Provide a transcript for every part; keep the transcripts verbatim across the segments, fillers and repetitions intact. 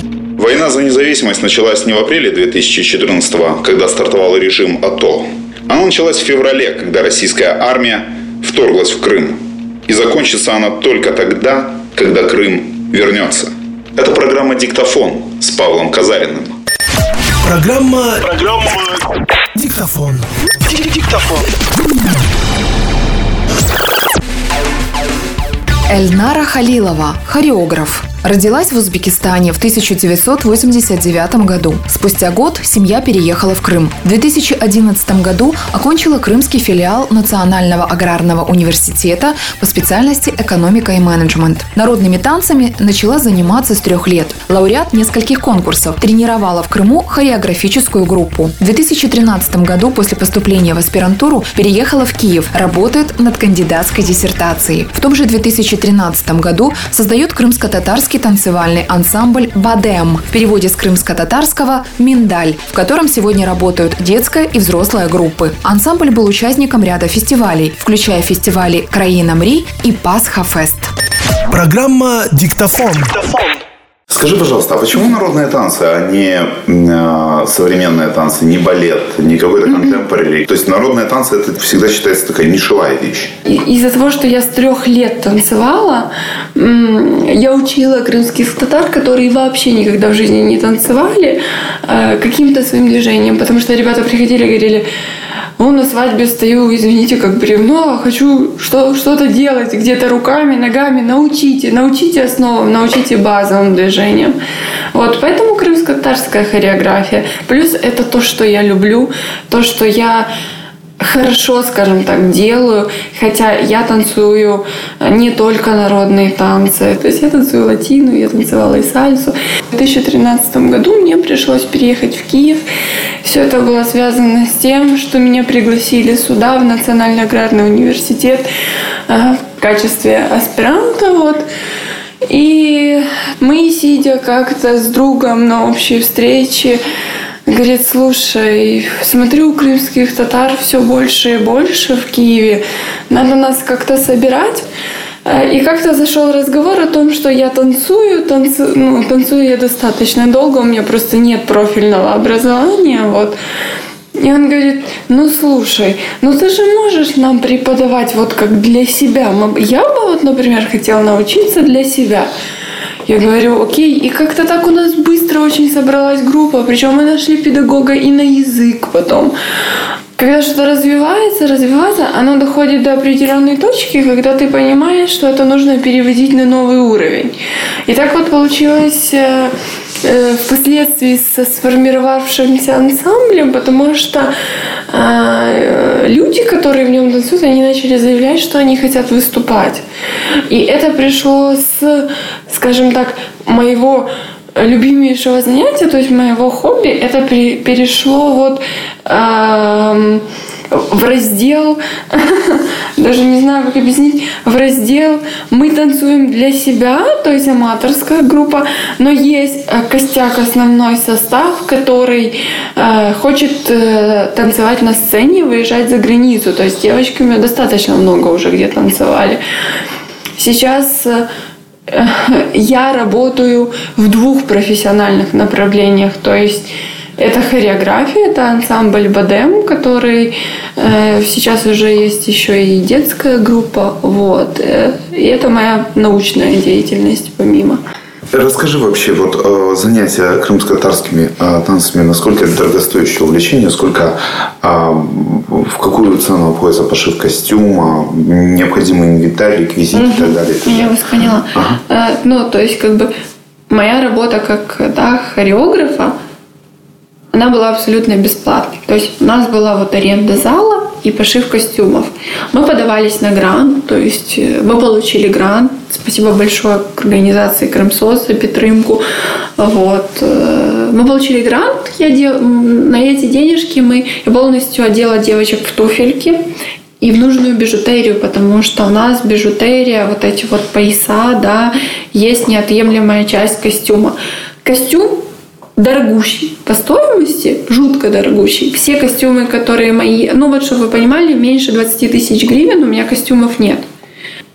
Война за независимость началась не в апреле две тысячи четырнадцатого, когда стартовал режим АТО. Она началась в феврале, когда российская армия вторглась в Крым. И закончится она только тогда, когда Крым вернется. Это программа «Диктофон» с Павлом Казариным. Программа... Программа... Диктофон. Диктофон. Эльнара Халилова, хореограф. Родилась в Узбекистане в тысяча девятьсот восемьдесят девятом году. Спустя год семья переехала в Крым. В две тысячи одиннадцатом году окончила крымский филиал Национального аграрного университета по специальности экономика и менеджмент. Народными танцами начала заниматься с трех лет. Лауреат нескольких конкурсов. Тренировала в Крыму хореографическую группу. В две тысячи тринадцатом году после поступления в аспирантуру переехала в Киев. Работает над кандидатской диссертацией. В том же две тысячи тринадцатом году создает крымско-татарский танцевальный ансамбль «Бадем», в переводе с крымско-татарского «Миндаль», в котором сегодня работают детская и взрослая группы. Ансамбль был участником ряда фестивалей, включая фестивали «Краина Мри» и «Пасха-фест». Программа «Диктофон». Скажи, пожалуйста, а почему народные танцы, а не э, современные танцы, не балет, не какой-то контемпорари? Mm-hmm. То есть народные танцы это всегда считается такая нишевая вещь. Из-за того, что я с трех лет танцевала, я учила крымских татар, которые вообще никогда в жизни не танцевали, каким-то своим движением. Потому что ребята приходили и говорили: ну, на свадьбе стою, извините, как бревно, хочу что- что-то делать где-то руками, ногами. Научите, научите основам, научите базовым движениям. Вот, поэтому крымско-татарская хореография. Плюс это то, что я люблю, то, что я хорошо, скажем так, делаю. Хотя я танцую не только народные танцы. То есть я танцую латину, я танцевала и сальсу. В две тысячи тринадцатом году мне пришлось переехать в Киев. Все это было связано с тем, что меня пригласили сюда, в Национальный аграрный университет, в качестве аспиранта. Вот. И мы, сидя как-то с другом на общей встрече, говорит: слушай, смотрю, у крымских татар все больше и больше в Киеве. Надо нас как-то собирать. И как-то зашел разговор о том, что я танцую, танцую, ну, танцую я достаточно долго, у меня просто нет профильного образования, вот. И он говорит: ну слушай, ну ты же можешь нам преподавать вот как для себя. Я бы вот, например, хотела научиться для себя. Я говорю: окей. И как-то так у нас быстро очень собралась группа. Причем мы нашли педагога и на язык потом. Когда что-то развивается, развивается, оно доходит до определенной точки, когда ты понимаешь, что это нужно переводить на новый уровень. И так вот получилось э, э, впоследствии со сформировавшимся ансамблем, потому что э, люди, которые в нем танцуют, они начали заявлять, что они хотят выступать. И это пришло с, скажем так, моего любимейшего занятия, то есть моего хобби, это перешло вот э, в раздел, даже не знаю, как объяснить, в раздел «Мы танцуем для себя», то есть аматорская группа, но есть костяк, основной состав, который э, хочет э, танцевать на сцене, выезжать за границу, то есть девочки у меня достаточно много уже где танцевали. Сейчас э, я работаю в двух профессиональных направлениях, то есть это хореография, это ансамбль «Бадем», который э, сейчас уже есть еще и детская группа, вот, и это моя научная деятельность помимо. Расскажи вообще, вот э, занятия крымско-татарскими э, танцами, насколько это дорогостоящее увлечение, сколько, э, в какую цену обходится пошив костюма, необходимый инвентарь, реквизит угу. и так далее. И Я вас поняла. Ага. Э, ну, то есть, как бы, моя работа как, да, хореографа, она была абсолютно бесплатной. То есть, у нас была вот аренда зала и пошив костюмов. Мы подавались на грант, то есть мы получили грант. Спасибо большое организации «Крымсоц» за підтримку. Вот. Мы получили грант. Я дел... На эти денежки мы... я полностью одела девочек в туфельки и в нужную бижутерию, потому что у нас бижутерия, вот эти вот пояса, да, есть неотъемлемая часть костюма. Костюм дорогущий. По стоимости жутко дорогущий. Все костюмы, которые мои... Ну вот, чтобы вы понимали, меньше двадцать тысяч гривен у меня костюмов нет.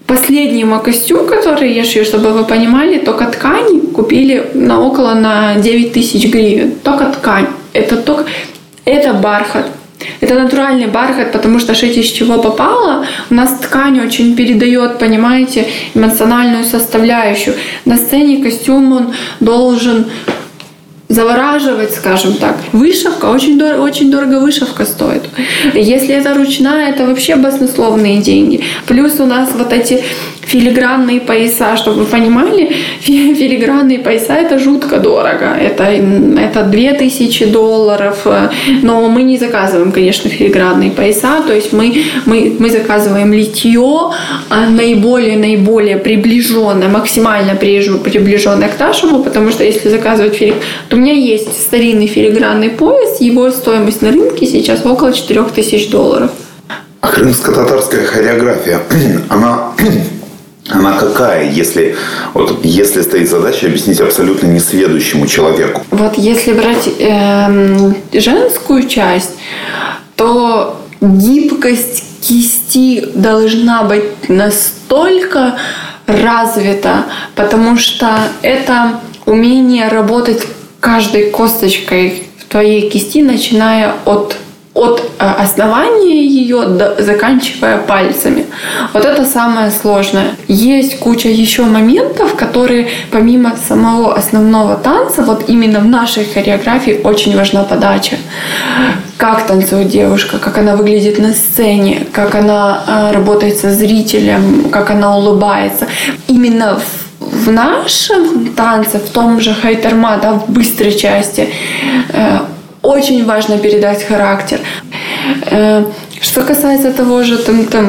Последний мой костюм, который я шью, чтобы вы понимали, только ткани купили на около на девять тысяч гривен. Только ткань. Это только... Это бархат. Это натуральный бархат, потому что шить из чего попало. У нас ткань очень передает, понимаете, эмоциональную составляющую. На сцене костюм он должен завораживать, скажем так. Вышивка, очень дорого, очень дорого вышивка стоит. Если это ручная, это вообще баснословные деньги. Плюс у нас вот эти филигранные пояса, чтобы вы понимали, филигранные пояса это жутко дорого. Это, это две тысячи долларов. Но мы не заказываем, конечно, филигранные пояса. То есть мы, мы, мы заказываем литье наиболее-наиболее приближенное, максимально приближенное к нашему, потому что если заказывать филигранные, то у меня есть старинный филигранный пояс, его стоимость на рынке сейчас около четыре тысячи долларов. А крымско-татарская хореография, она, она какая, если, вот, если стоит задача объяснить абсолютно несведущему человеку? Вот если брать э, женскую часть, то гибкость кисти должна быть настолько развита, потому что это умение работать каждой косточкой в твоей кисти, начиная от, от основания ее, до, заканчивая пальцами. Вот это самое сложное. Есть куча еще моментов, которые помимо самого основного танца, вот именно в нашей хореографии очень важна подача. Как танцует девушка, как она выглядит на сцене, как она работает со зрителем, как она улыбается. Именно в В нашем танце, в том же хайтерма, да, в быстрой части, э, очень важно передать характер. Э, что касается того же, там, там,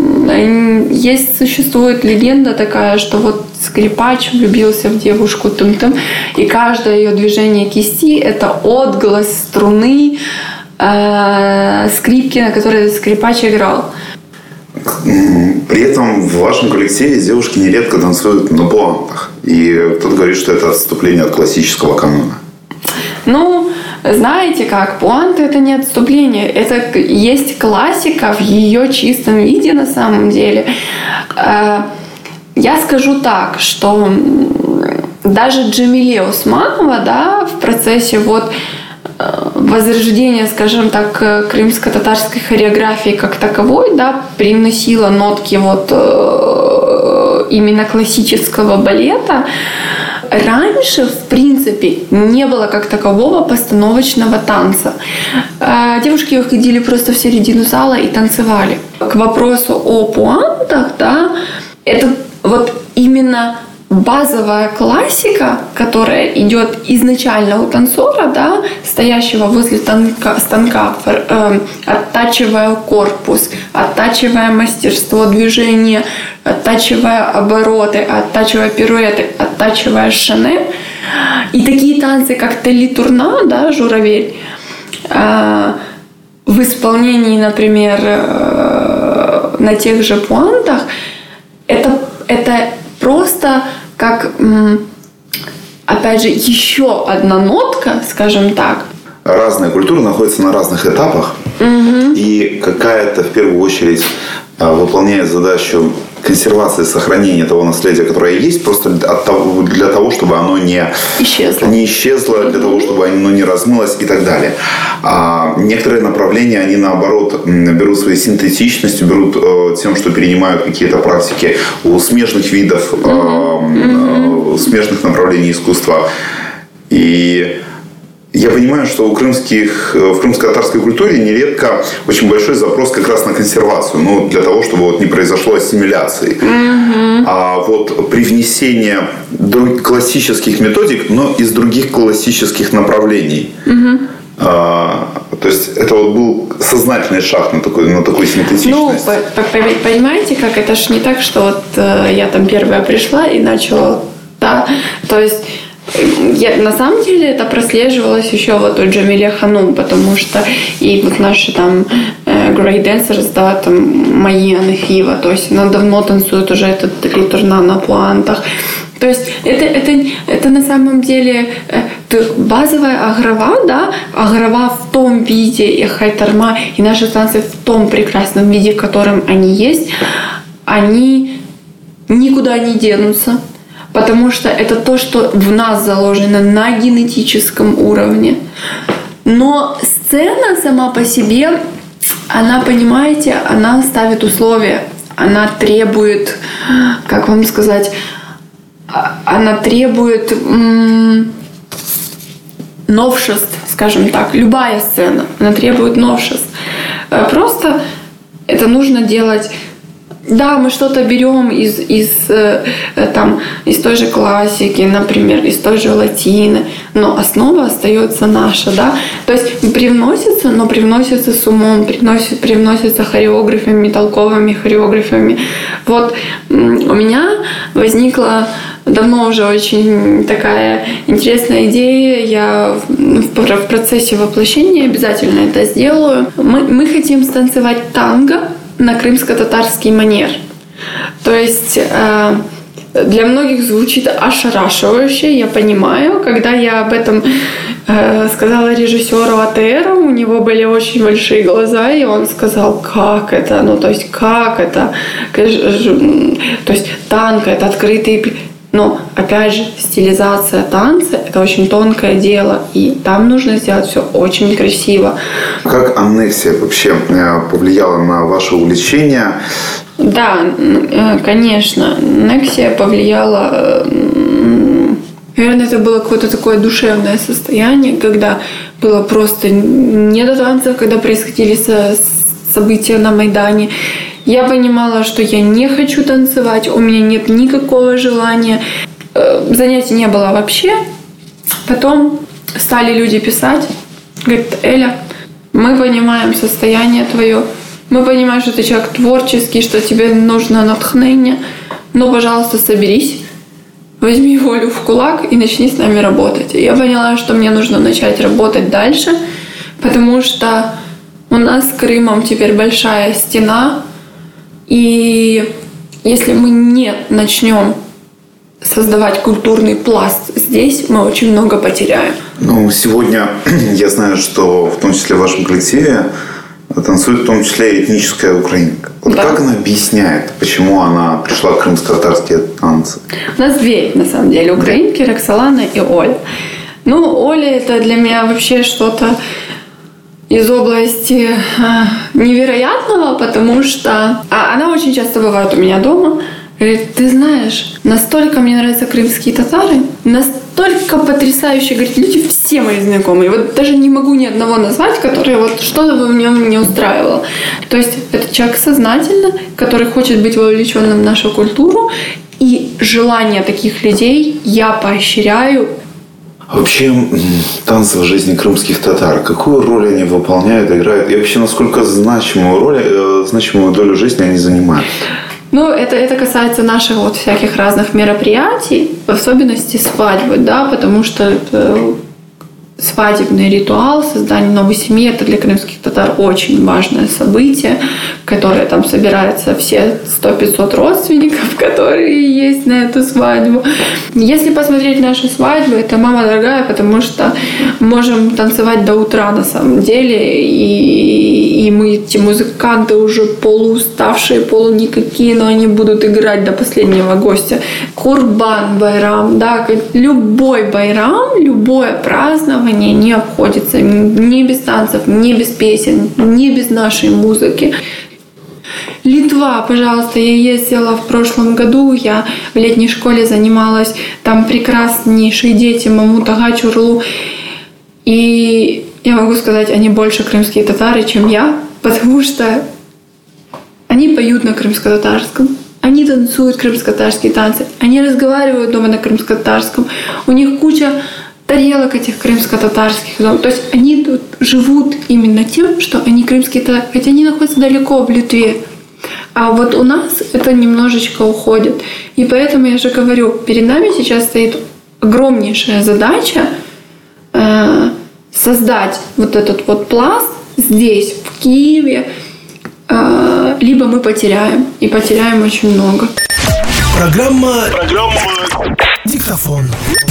есть, существует легенда такая, что вот скрипач влюбился в девушку, там, там, и каждое ее движение кисти – это отглас струны э, скрипки, на которой скрипач играл. При этом в вашем коллективе девушки нередко танцуют на пуантах. И кто-то говорит, что это отступление от классического канона. Ну, знаете как, пуанты – это не отступление. Это есть классика в ее чистом виде на самом деле. Я скажу так, что даже Джамиле Усманова, да, в процессе вот возрождение, скажем так, крымско-татарской хореографии как таковой, да, привносила нотки вот именно классического балета. Раньше, в принципе, не было как такового постановочного танца. Девушки выходили просто в середину зала и танцевали. К вопросу о пуантах, да, это вот именно базовая классика, которая идет изначально у танцора, да, стоящего возле станка, станка э, оттачивая корпус, оттачивая мастерство движения, оттачивая обороты, оттачивая пируэты, оттачивая шане. И такие танцы, как Тели-Турна, да, журавель, э, в исполнении, например, э, на тех же пуантах, это, это просто как, опять же, еще одна нотка, скажем так. Разные культуры находятся на разных этапах. Угу. И какая-то, в первую очередь, выполняет задачу консервации, сохранения того наследия, которое есть, просто от того, для того, чтобы оно не исчезло, не исчезло для того, чтобы оно не размылось и так далее. А некоторые направления, они наоборот берут своей синтетичностью, берут э, тем, что перенимают какие-то практики у смежных видов, э, э, смежных направлений искусства. И я понимаю, что у крымских, в крымско-татарской культуре нередко очень большой запрос как раз на консервацию, ну, для того, чтобы вот не произошло ассимиляции. Mm-hmm. А вот привнесение классических методик, но из других классических направлений. Mm-hmm. А, то есть это вот был сознательный шаг на такой, на такой синтетичность. Ну, понимаете, как это ж не так, что вот я там первая пришла и начала, да, то есть я, на самом деле это прослеживалось еще вот у Джамиле Ханум, потому что и вот наши там Great Dancers, да, там Майя Нафиева, то есть она давно танцует уже этот Тели-Турна на пуантах. То есть это, это, это на самом деле базовая агрова, да, агрова в том виде, и хайтерма, и наши танцы в том прекрасном виде, в котором они есть, они никуда не денутся, потому что это то, что в нас заложено на генетическом уровне. Но сцена сама по себе, она, понимаете, она ставит условия, она требует, как вам сказать, она требует м- новшеств, скажем так. Любая сцена, она требует новшеств. Просто это нужно делать. Да, мы что-то берем из, из, э, там, из той же классики, например, из той же латины, но основа остается наша, да. То есть привносится, но привносится с умом, привносится, привносится хореографами, толковыми хореографами. Вот у меня возникла давно уже очень такая интересная идея. Я в процессе воплощения обязательно это сделаю. Мы, мы хотим станцевать танго на крымско-татарский манер. То есть э, для многих звучит ошарашивающе, я понимаю. Когда я об этом э, сказала режиссеру АТР, у него были очень большие глаза, и он сказал, как это, ну то есть как это, то есть танго, это открытый... Но, опять же, стилизация танца – это очень тонкое дело, и там нужно сделать все очень красиво. Как аннексия вообще повлияла на ваше увлечение? Да, конечно, аннексия повлияла. Наверное, это было какое-то такое душевное состояние, когда было просто не до танцев, когда происходили события на Майдане. Я понимала, что я не хочу танцевать, у меня нет никакого желания. Занятий не было вообще. Потом стали люди писать, говорят, Эля, мы понимаем состояние твое, мы понимаем, что ты человек творческий, что тебе нужно натхнение, но, пожалуйста, соберись, возьми волю в кулак и начни с нами работать. И я поняла, что мне нужно начать работать дальше, потому что у нас с Крымом теперь большая стена. И если мы не начнем создавать культурный пласт здесь, мы очень много потеряем. Ну, сегодня я знаю, что в том числе в вашем коллективе танцует в том числе этническая украинка. Вот да. Как она объясняет, почему она пришла в крымско-татарские танцы? У нас две, на самом деле, украинки, Роксолана и Оля. Ну, Оля – это для меня вообще что-то из области невероятного, потому что а она очень часто бывает у меня дома. Говорит, ты знаешь, настолько мне нравятся крымские татары, настолько потрясающе, говорит, люди все мои знакомые. Вот даже не могу ни одного назвать, который вот что-то бы в нем не устраивало. То есть это человек сознательно, который хочет быть вовлеченным в нашу культуру, и желание таких людей я поощряю. А вообще танцы в жизни крымских татар, какую роль они выполняют, играют? И вообще, насколько значимую роль, значимую долю жизни они занимают? Ну, это, это касается наших вот всяких разных мероприятий, в особенности свадьбы, да, потому что это свадебный ритуал, создание новой семьи, это для крымских татар очень важное событие, которое там собираются все сто-пятьсот родственников, которые есть на эту свадьбу. Если посмотреть наши свадьбы, это мама дорогая, потому что можем танцевать до утра на самом деле, и, и мы, эти музыканты уже полууставшие, полуникакие, но они будут играть до последнего гостя. Курбан, байрам, да, любой байрам, любое празднование не обходится ни без танцев, ни без песен, ни без нашей музыки. Литва, пожалуйста, я ездила в прошлом году, я в летней школе занималась, там прекраснейшие дети, Мамута Гачурлу. И я могу сказать, они больше крымские татары, чем я, потому что они поют на крымско-татарском, они танцуют крымско-татарские танцы, они разговаривают дома на крымско-татарском, у них куча тарелок этих крымско-татарских. То есть они тут живут именно тем, что они крымские татары, хотя они находятся далеко в Литве. А вот у нас это немножечко уходит. И поэтому я же говорю, перед нами сейчас стоит огромнейшая задача э, создать вот этот вот пласт здесь, в Киеве. Э, либо мы потеряем. И потеряем очень много. Программа... Программа... Диктофон.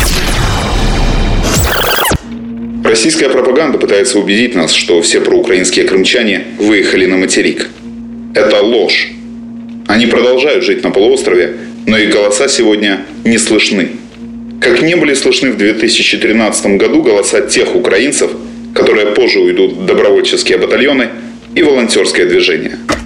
Российская пропаганда пытается убедить нас, что все проукраинские крымчане выехали на материк. Это ложь. Они продолжают жить на полуострове, но их голоса сегодня не слышны. Как не были слышны в две тысячи тринадцатом году голоса тех украинцев, которые позже уйдут в добровольческие батальоны и волонтерское движение.